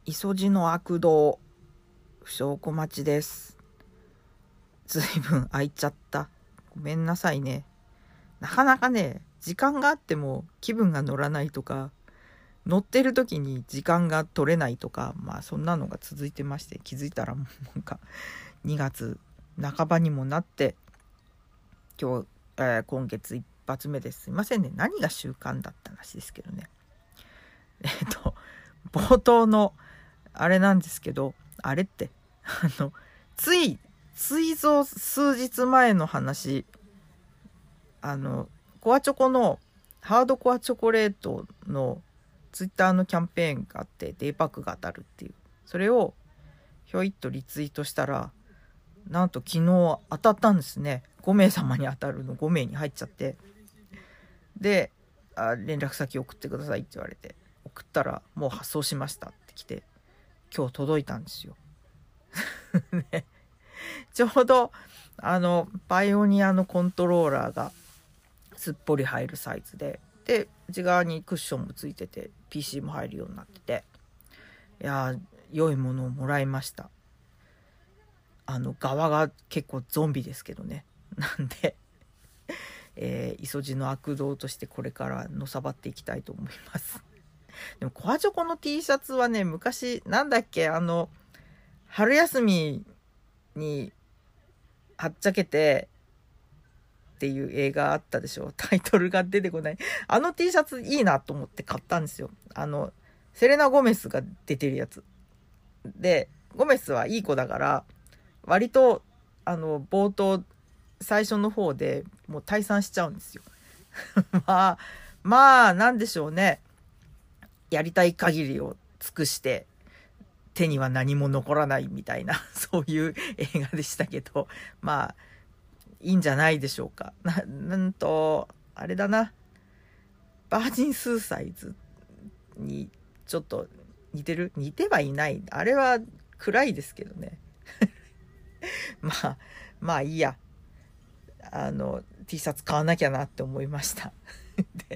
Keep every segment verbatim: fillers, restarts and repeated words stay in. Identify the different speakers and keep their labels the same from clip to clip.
Speaker 1: 磯路の悪道不祥小町です。ずいぶん空いちゃった。ごめんなさいね。なかなかね、時間があっても気分が乗らないとか、乗ってる時に時間が取れないとか、まあそんなのが続いてまして、気づいたらもうなんかにがつなかばにもなって、今日、えー、今月一発目です。すいませんね。何が習慣だった話ですけどね。えっと冒頭のあれなんですけど、あれってあのついついぞ数日前の話、あのコアチョコのハードコアチョコレートのツイッターのキャンペーンがあって、デイパックが当たるっていう、それをひょいっとリツイートしたら、なんと昨日当たったんですね。ごめいさまに当たるのごめいに入っちゃって、であ連絡先送ってくださいって言われて送ったら、もう発送しましたって来て、今日届いたんですよ、ね、ちょうどあのパイオニアのコントローラーがすっぽり入るサイズで、で内側にクッションもついてて ピーシー も入るようになってて、いや良いものをもらいました。あの側が結構ゾンビですけどね。なんで、えー、磯路の悪道としてこれからのさばっていきたいと思います。でもコアチョコの T シャツはね、昔なんだっけ、あの春休みにはっちゃけてっていう映画あったでしょ。タイトルが出てこない。あの T シャツいいなと思って買ったんですよ。あのセレナ・ゴメスが出てるやつで、ゴメスはいい子だから割とあの冒頭最初の方でもう退散しちゃうんですよ。まあまあなんでしょうね、やりたい限りを尽くして手には何も残らないみたいな、そういう映画でしたけど、まあいいんじゃないでしょうか。ななんとあれだな、バージンスーサイズにちょっと似てる、似てはいない、あれは暗いですけどね。まあまあいいや、あの T シャツ買わなきゃなって思いました。で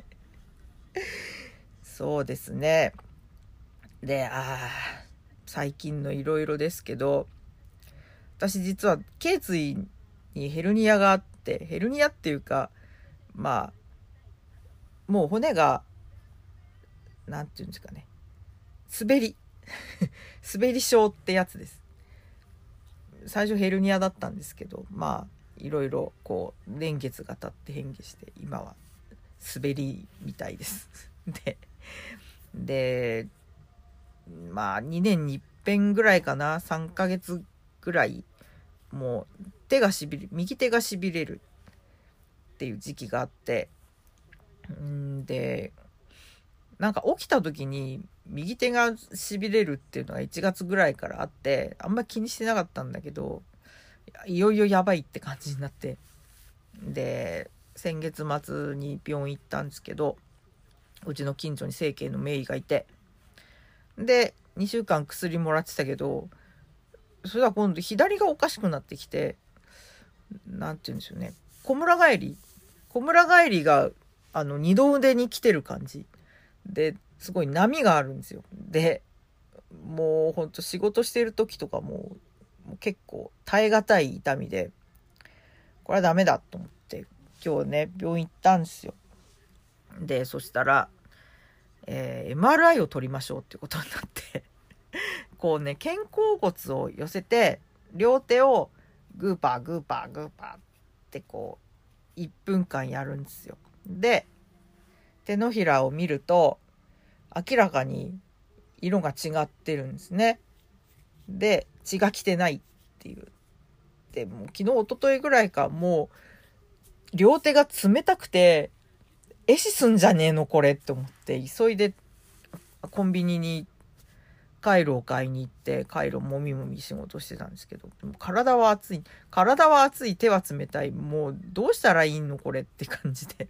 Speaker 1: そうですね。で、あ最近のいろいろですけど、私実は頸椎にヘルニアがあって、ヘルニアっていうか、まあもう骨がなんていうんですかね、滑り滑り症ってやつです。最初ヘルニアだったんですけど、まあいろいろこう年月が経って変化して今は滑りみたいです。ででまあにねんに一遍ぐらいかな、さんかげつぐらいもう手がしびれ右手がしびれるっていう時期があって、んでなんか起きた時に右手がしびれるっていうのがいちがつぐらいからあって、あんま気にしてなかったんだけど、いよいよやばいって感じになって、で先月末に病院行ったんですけど、うちの近所に整形の名医がいて、でにしゅうかん薬もらってたけど、それは今度左がおかしくなってきて、なんて言うんでしょうね、小村帰り小村帰りがあの二の腕に来てる感じですごい波があるんですよ。でもうほんと仕事してる時とかももう結構耐え難い痛みで、これはダメだと思って今日ね病院行ったんですよ。でそしたら、えー、エムアールアイ を取りましょうっていうことになってこうね、肩甲骨を寄せて両手をグーパーグーパーグーパーってこういっぷんかんやるんですよ。で手のひらを見ると明らかに色が違ってるんですね。で血が来てないっていう。でもう昨日一昨日ぐらいか、もう両手が冷たくて壊死すんじゃねえのこれって思って急いでコンビニにカイロを買いに行って、カイロもみもみ仕事してたんですけど、でも体は熱い体は熱い手は冷たい、もうどうしたらいいのこれって感じで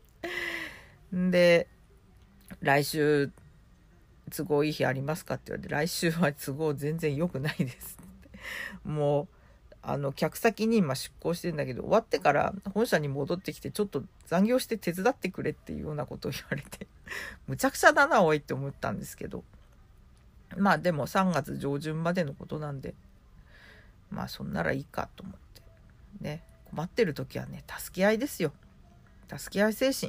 Speaker 1: で来週都合いい日ありますかって言われて、来週は都合全然良くないですもうあの客先に今出向してるんだけど、終わってから本社に戻ってきてちょっと残業して手伝ってくれっていうようなことを言われてむちゃくちゃだなおいって思ったんですけど、 まあでもさんがつ上旬までのことなんで、まあそんならいいかと思ってね。困ってる時はね、助け合いですよ。助け合い精神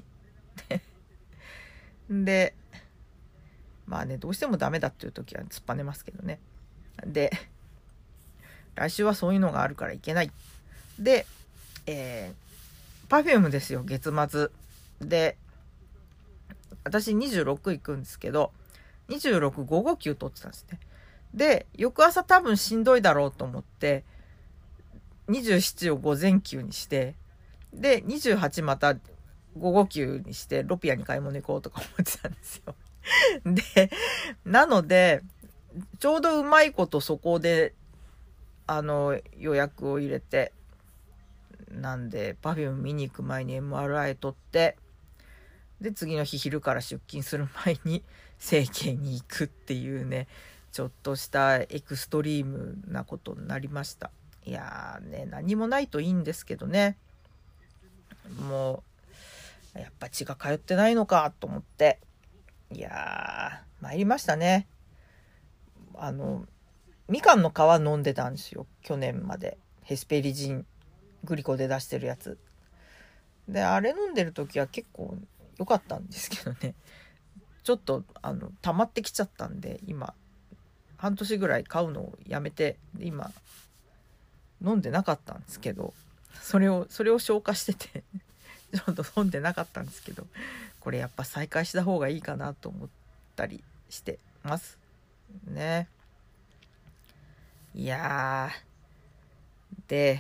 Speaker 1: で、まあね、どうしてもダメだっていう時は突っぱねますけどね。で、来週はそういうのがあるからいけない。で、えー、Perfume ですよ、月末で。私にじゅうろく行くんですけど、にじゅうろく午後休取ってたんですね。で、翌朝多分しんどいだろうと思ってにじゅうななを午前休にして、でにじゅうはちまた午後休にしてロピアに買い物行こうとか思ってたんですよ。で、なのでちょうどうまいことそこであの予約を入れて、なんで Perfume 見に行く前に エムアールアイ 取って、で次の日昼から出勤する前に整形に行くっていうね、ちょっとしたエクストリームなことになりました。いやーね、何もないといいんですけどね。もうやっぱ血が通ってないのかと思って、いやー参りましたね。あのみかんの皮飲んでたんですよ、去年まで。ヘスペリジングリコで出してるやつで、あれ飲んでる時は結構良かったんですけどね、ちょっとあの溜まってきちゃったんで、今半年ぐらい買うのをやめて、今飲んでなかったんですけど、それをそれを消化しててちょっと飲んでなかったんですけど、これやっぱ再開した方がいいかなと思ったりしてますね。いやー、で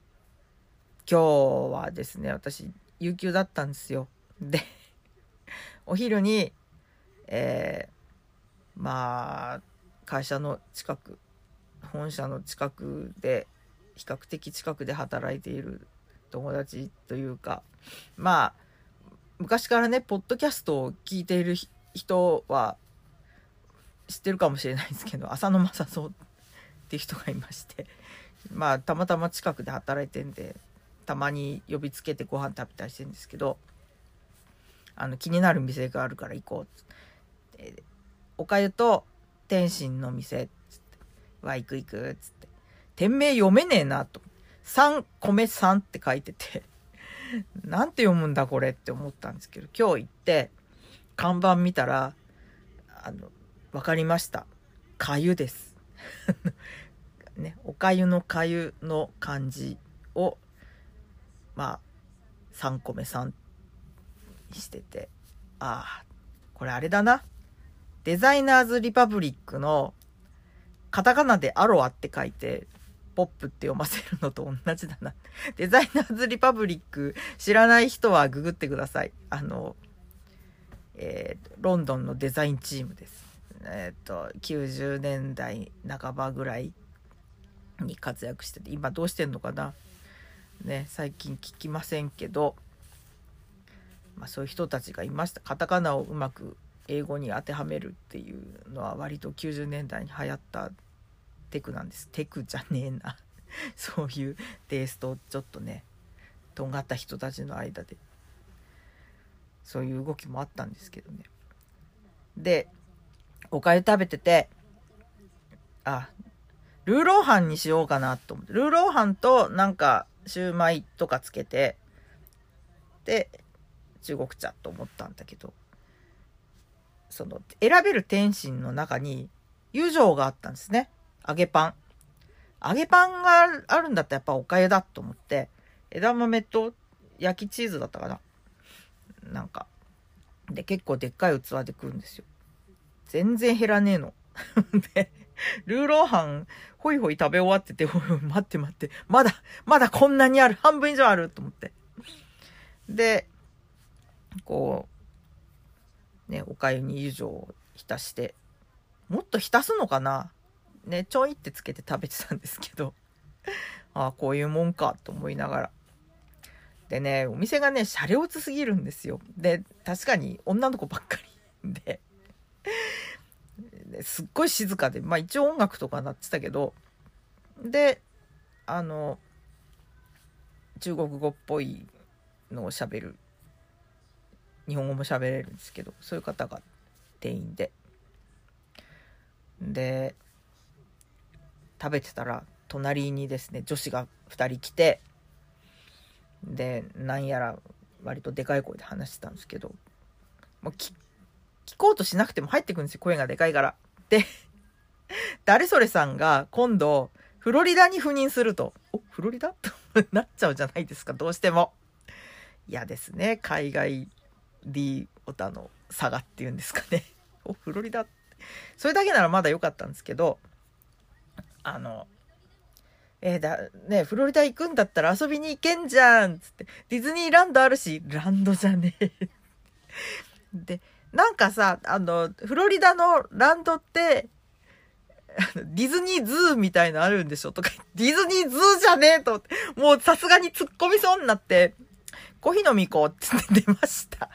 Speaker 1: 今日はですね、私有給だったんですよ。でお昼にえー、まあ会社の近く、本社の近くで比較的近くで働いている友達というか、まあ昔からねポッドキャストを聞いている人は知ってるかもしれないんですけど、浅野正蔵っていう人がいまして、まあたまたま近くで働いてんで、たまに呼びつけてご飯食べたりしてるんですけど、あの気になる店があるから行こうっつって、おかゆと天津の店っつって、わ行く行くっつって、店名読めねえなと、三米三って書いててなんて読むんだこれって思ったんですけど、今日行って看板見たら、あの分かりました、かゆですね、おかゆのかゆの漢字をまあさんこめさんにしてて、ああこれあれだな、デザイナーズリパブリックのカタカナでアロアって書いてポップって読ませるのと同じだな。デザイナーズリパブリック知らない人はググってください。あの、えー、ロンドンのデザインチームです。えっときゅうじゅうねんだいなかばぐらいに活躍してて、今どうしてんのかなね、最近聞きませんけど、まあ、そういう人たちがいました。カタカナをうまく英語に当てはめるっていうのは割ときゅうじゅうねんだいに流行ったテクなんです。テクじゃねえなそういうテイスト、ちょっとねとんがった人たちの間でそういう動きもあったんですけどね。でおかゆ食べてて、あルーローハンにしようかなと思って、ルーローハンとなんかシューマイとかつけてで中国茶と思ったんだけど、その選べる点心の中に油条があったんですね。揚げパン揚げパンがあるんだったらやっぱおかゆだと思って、枝豆と焼きチーズだったかな、なんかで結構でっかい器で食うんですよ。全然減らねえのでルーローハンホイホイ食べ終わってて、おいおい待って待って、まだまだこんなにある、半分以上あると思って、でこうねおかゆに油条を浸して、もっと浸すのかなね、ちょいってつけて食べてたんですけどああこういうもんかと思いながら、でねお店がねシャレオツすぎるんですよ。で確かに女の子ばっかりですっごい静かで、まあ一応音楽とかなってたけど、であの中国語っぽいのを喋る、日本語も喋れるんですけど、そういう方が店員で、 で食べてたら隣にですね女子がふたり来て、でなんやら割とでかい声で話してたんですけど、もう聞こうとしなくても入ってくるんですよ、声がでかいから。で誰それさんが今度フロリダに赴任すると、おフロリダとなっちゃうじゃないですか、どうしても。嫌ですね、海外 D オタの差がっていうんですかね。おフロリダ、それだけならまだ良かったんですけど、あのえー、だねフロリダ行くんだったら遊びに行けんじゃんっつって、ディズニーランドあるし、ランドじゃねえでなんかさ、あのフロリダのランドってディズニーズーみたいのあるんでしょとか、ディズニーズーじゃねえと思って、もうさすがに突っ込みそうになって、コーヒー飲み行こうって出ました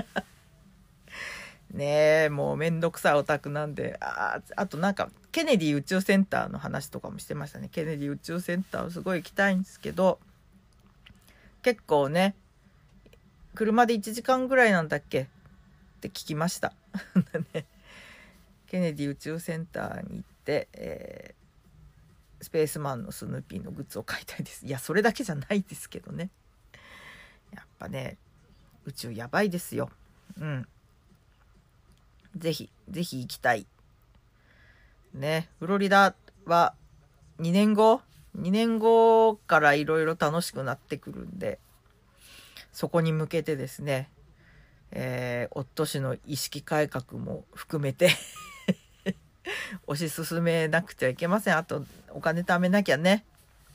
Speaker 1: ねえ、もうめんどくさいオタクなんで。ああとなんかケネディ宇宙センターの話とかもしてましたね。ケネディ宇宙センターすごい行きたいんですけど、結構ね車でいちじかんぐらいなんだっけって聞きましたね、ケネディ宇宙センターに行って、えー、スペースマンのスヌーピーのグッズを買いたいです。いやそれだけじゃないですけどね、やっぱね宇宙やばいですよ。うんぜひぜひ行きたいね。フロリダはにねんごにねんごからいろいろ楽しくなってくるんで、そこに向けてですね、えー、夫氏の意識改革も含めて推し進めなくてはいけません。あとお金貯めなきゃね。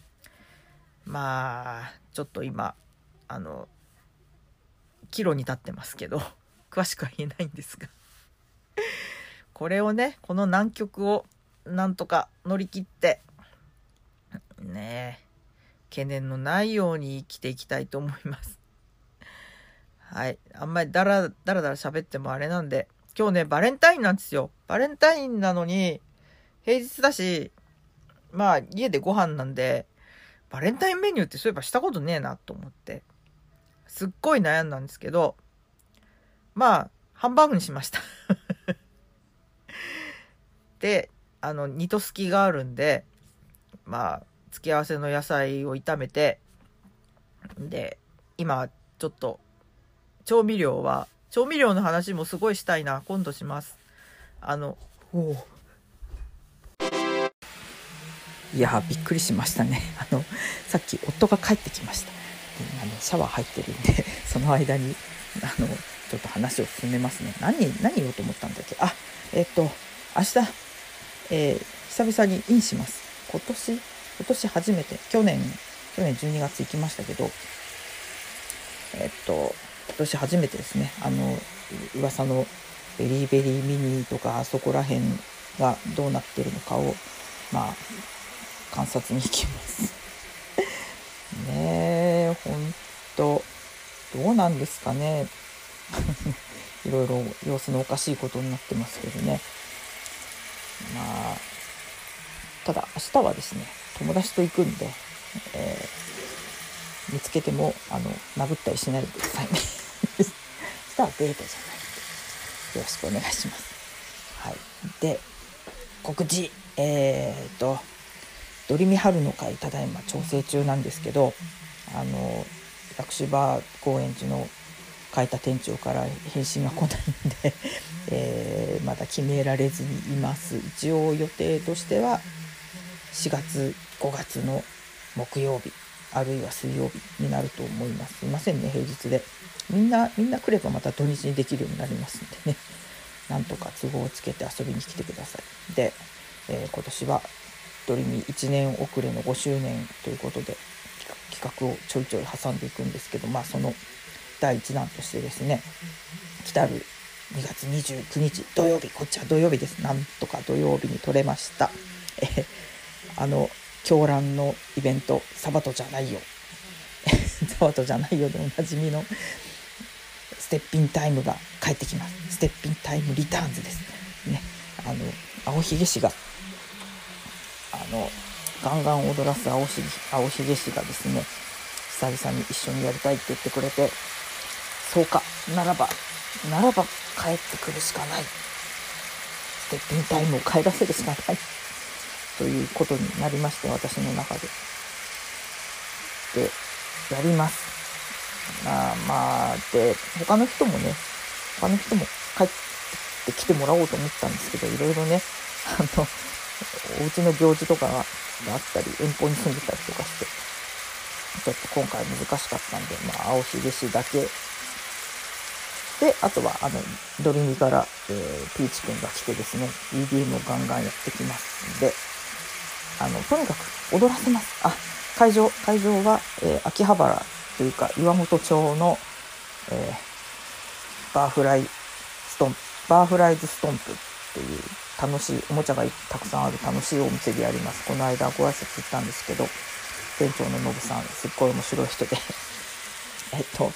Speaker 1: まあちょっと今あの岐路に立ってますけど詳しくは言えないんですがこれをね、この難局をなんとか乗り切ってね、懸念のないように生きていきたいと思いますはい、あんまりだらだらだら喋ってもあれなんで、今日ねバレンタインなんですよ。バレンタインなのに平日だし、まあ家でご飯なんでバレンタインメニューってそういえばしたことねえなと思ってすっごい悩んだんですけど、まあハンバーグにしましたで、あの煮とすきがあるんで、まあ付け合わせの野菜を炒めて、で今ちょっと調味料は調味料の話もすごいしたいな、今度します。あのおいやびっくりしましたね。あのさっき夫が帰ってきました。で今ねシャワー入ってるんでその間にあのちょっと話を進めますね。何何言おうと思ったんだっけ。あえっと明日、えー、久々にインします。今年今年初めて、去年去年じゅうにがつ行きましたけど、えっと今年初めてですね。あの噂のベリーベリーミニとかあそこら辺がどうなってるのかをまあ観察に行きますねえ。ほんとどうなんですかねいろいろ様子のおかしいことになってますけどね。まあただ明日はですね友達と行くんで、えー、見つけてもあの殴ったりしないでくださいね明日はデートじゃないんでよろしくお願いします。はい、で告知、えーとドリミ春の会ただいま調整中なんですけど、あの薬師場高円寺の書いた店長から返信が来ないんで、えー、まだ決められずにいます。一応予定としてはしがつごがつの木曜日あるいは水曜日になると思います。すいませんね平日で、みんなみんな来ればまた土日にできるようになりますんでね、なんとか都合をつけて遊びに来てください。で、えー、今年はドリミいちねん遅れのごしゅうねんということで企画をちょいちょい挟んでいくんですけど、まあその第一弾としてですね、来たるにがつにじゅうくにち土曜日、こっちは土曜日です。なんとか土曜日に撮れました。えー、あの狂乱のイベントサバトじゃないよサバトじゃないよでおなじみのステッピンタイムが帰ってきます。ステッピンタイムリターンズですね。あの青ひげ氏があのガンガン踊らす青ひげ、青ひげ氏がですね久々に一緒にやりたいって言ってくれて、そうかならばならば帰ってくるしかない。 デッドインタイムを帰らせるしかないということになりまして、私の中ででやります。あまあで他の人もね他の人も帰ってきてもらおうと思ったんですけど、いろいろねあのお家の行事とかがあったり遠方に住んでたりとかしてちょっと今回難しかったんで、まあ青ひげ氏だけで、あとはあのドリミから、えー、ピーチくんが来てですね イーディーエム をガンガンやってきますので、あのとにかく踊らせます。あ会場会場は、えー、秋葉原というか岩本町の、えー、バーフライストンバーフライズストンプっていう楽しいおもちゃがたくさんある楽しいお店でやります。この間ご挨拶行ったんですけど、店長のノブさんすっごい面白い人でえっと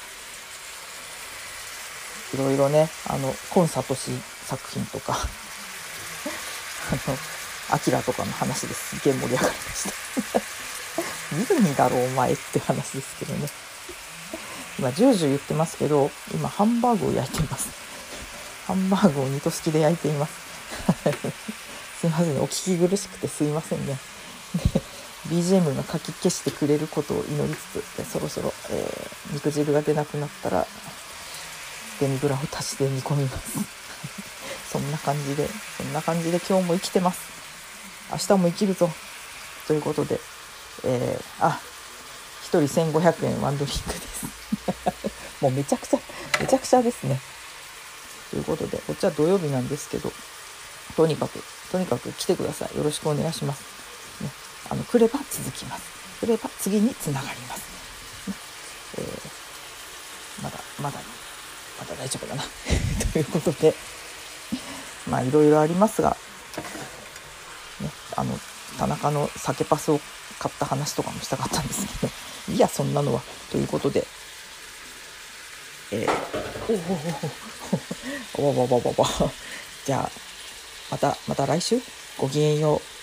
Speaker 1: いろいろねあのコンサートし作品とかあのアキラとかの話ですげえ盛り上がりました見るにだろうお前って話ですけどね。今ジュージュー言ってますけど、今ハンバーグを焼いています。ハンバーグをニトスキで焼いていますすいません、お聞き苦しくてすいませんね。で ビージーエム がかき消してくれることを祈りつつ、でそろそろ、えー、肉汁が出なくなったらデミグラを足して煮込みますそんな感じでそんな感じで今日も生きてます。明日も生きるぞということで、えー、あひとりせんごひゃくえんワンドリンクですもうめちゃくちゃめちゃくちゃですね。ということでこっちは土曜日なんですけど、とにかくとにかく来てください。よろしくお願いします、ね、あの来れば続きます。来れば次につながります、ねえー、まだまだまだ大丈夫だなということで、まあいろいろありますが、ね、あの田中の酒パスを買った話とかもしたかったんですけどいやそんなのはということで、えー、おおおおおおおおおじゃあまたまた来週ごきげんよう。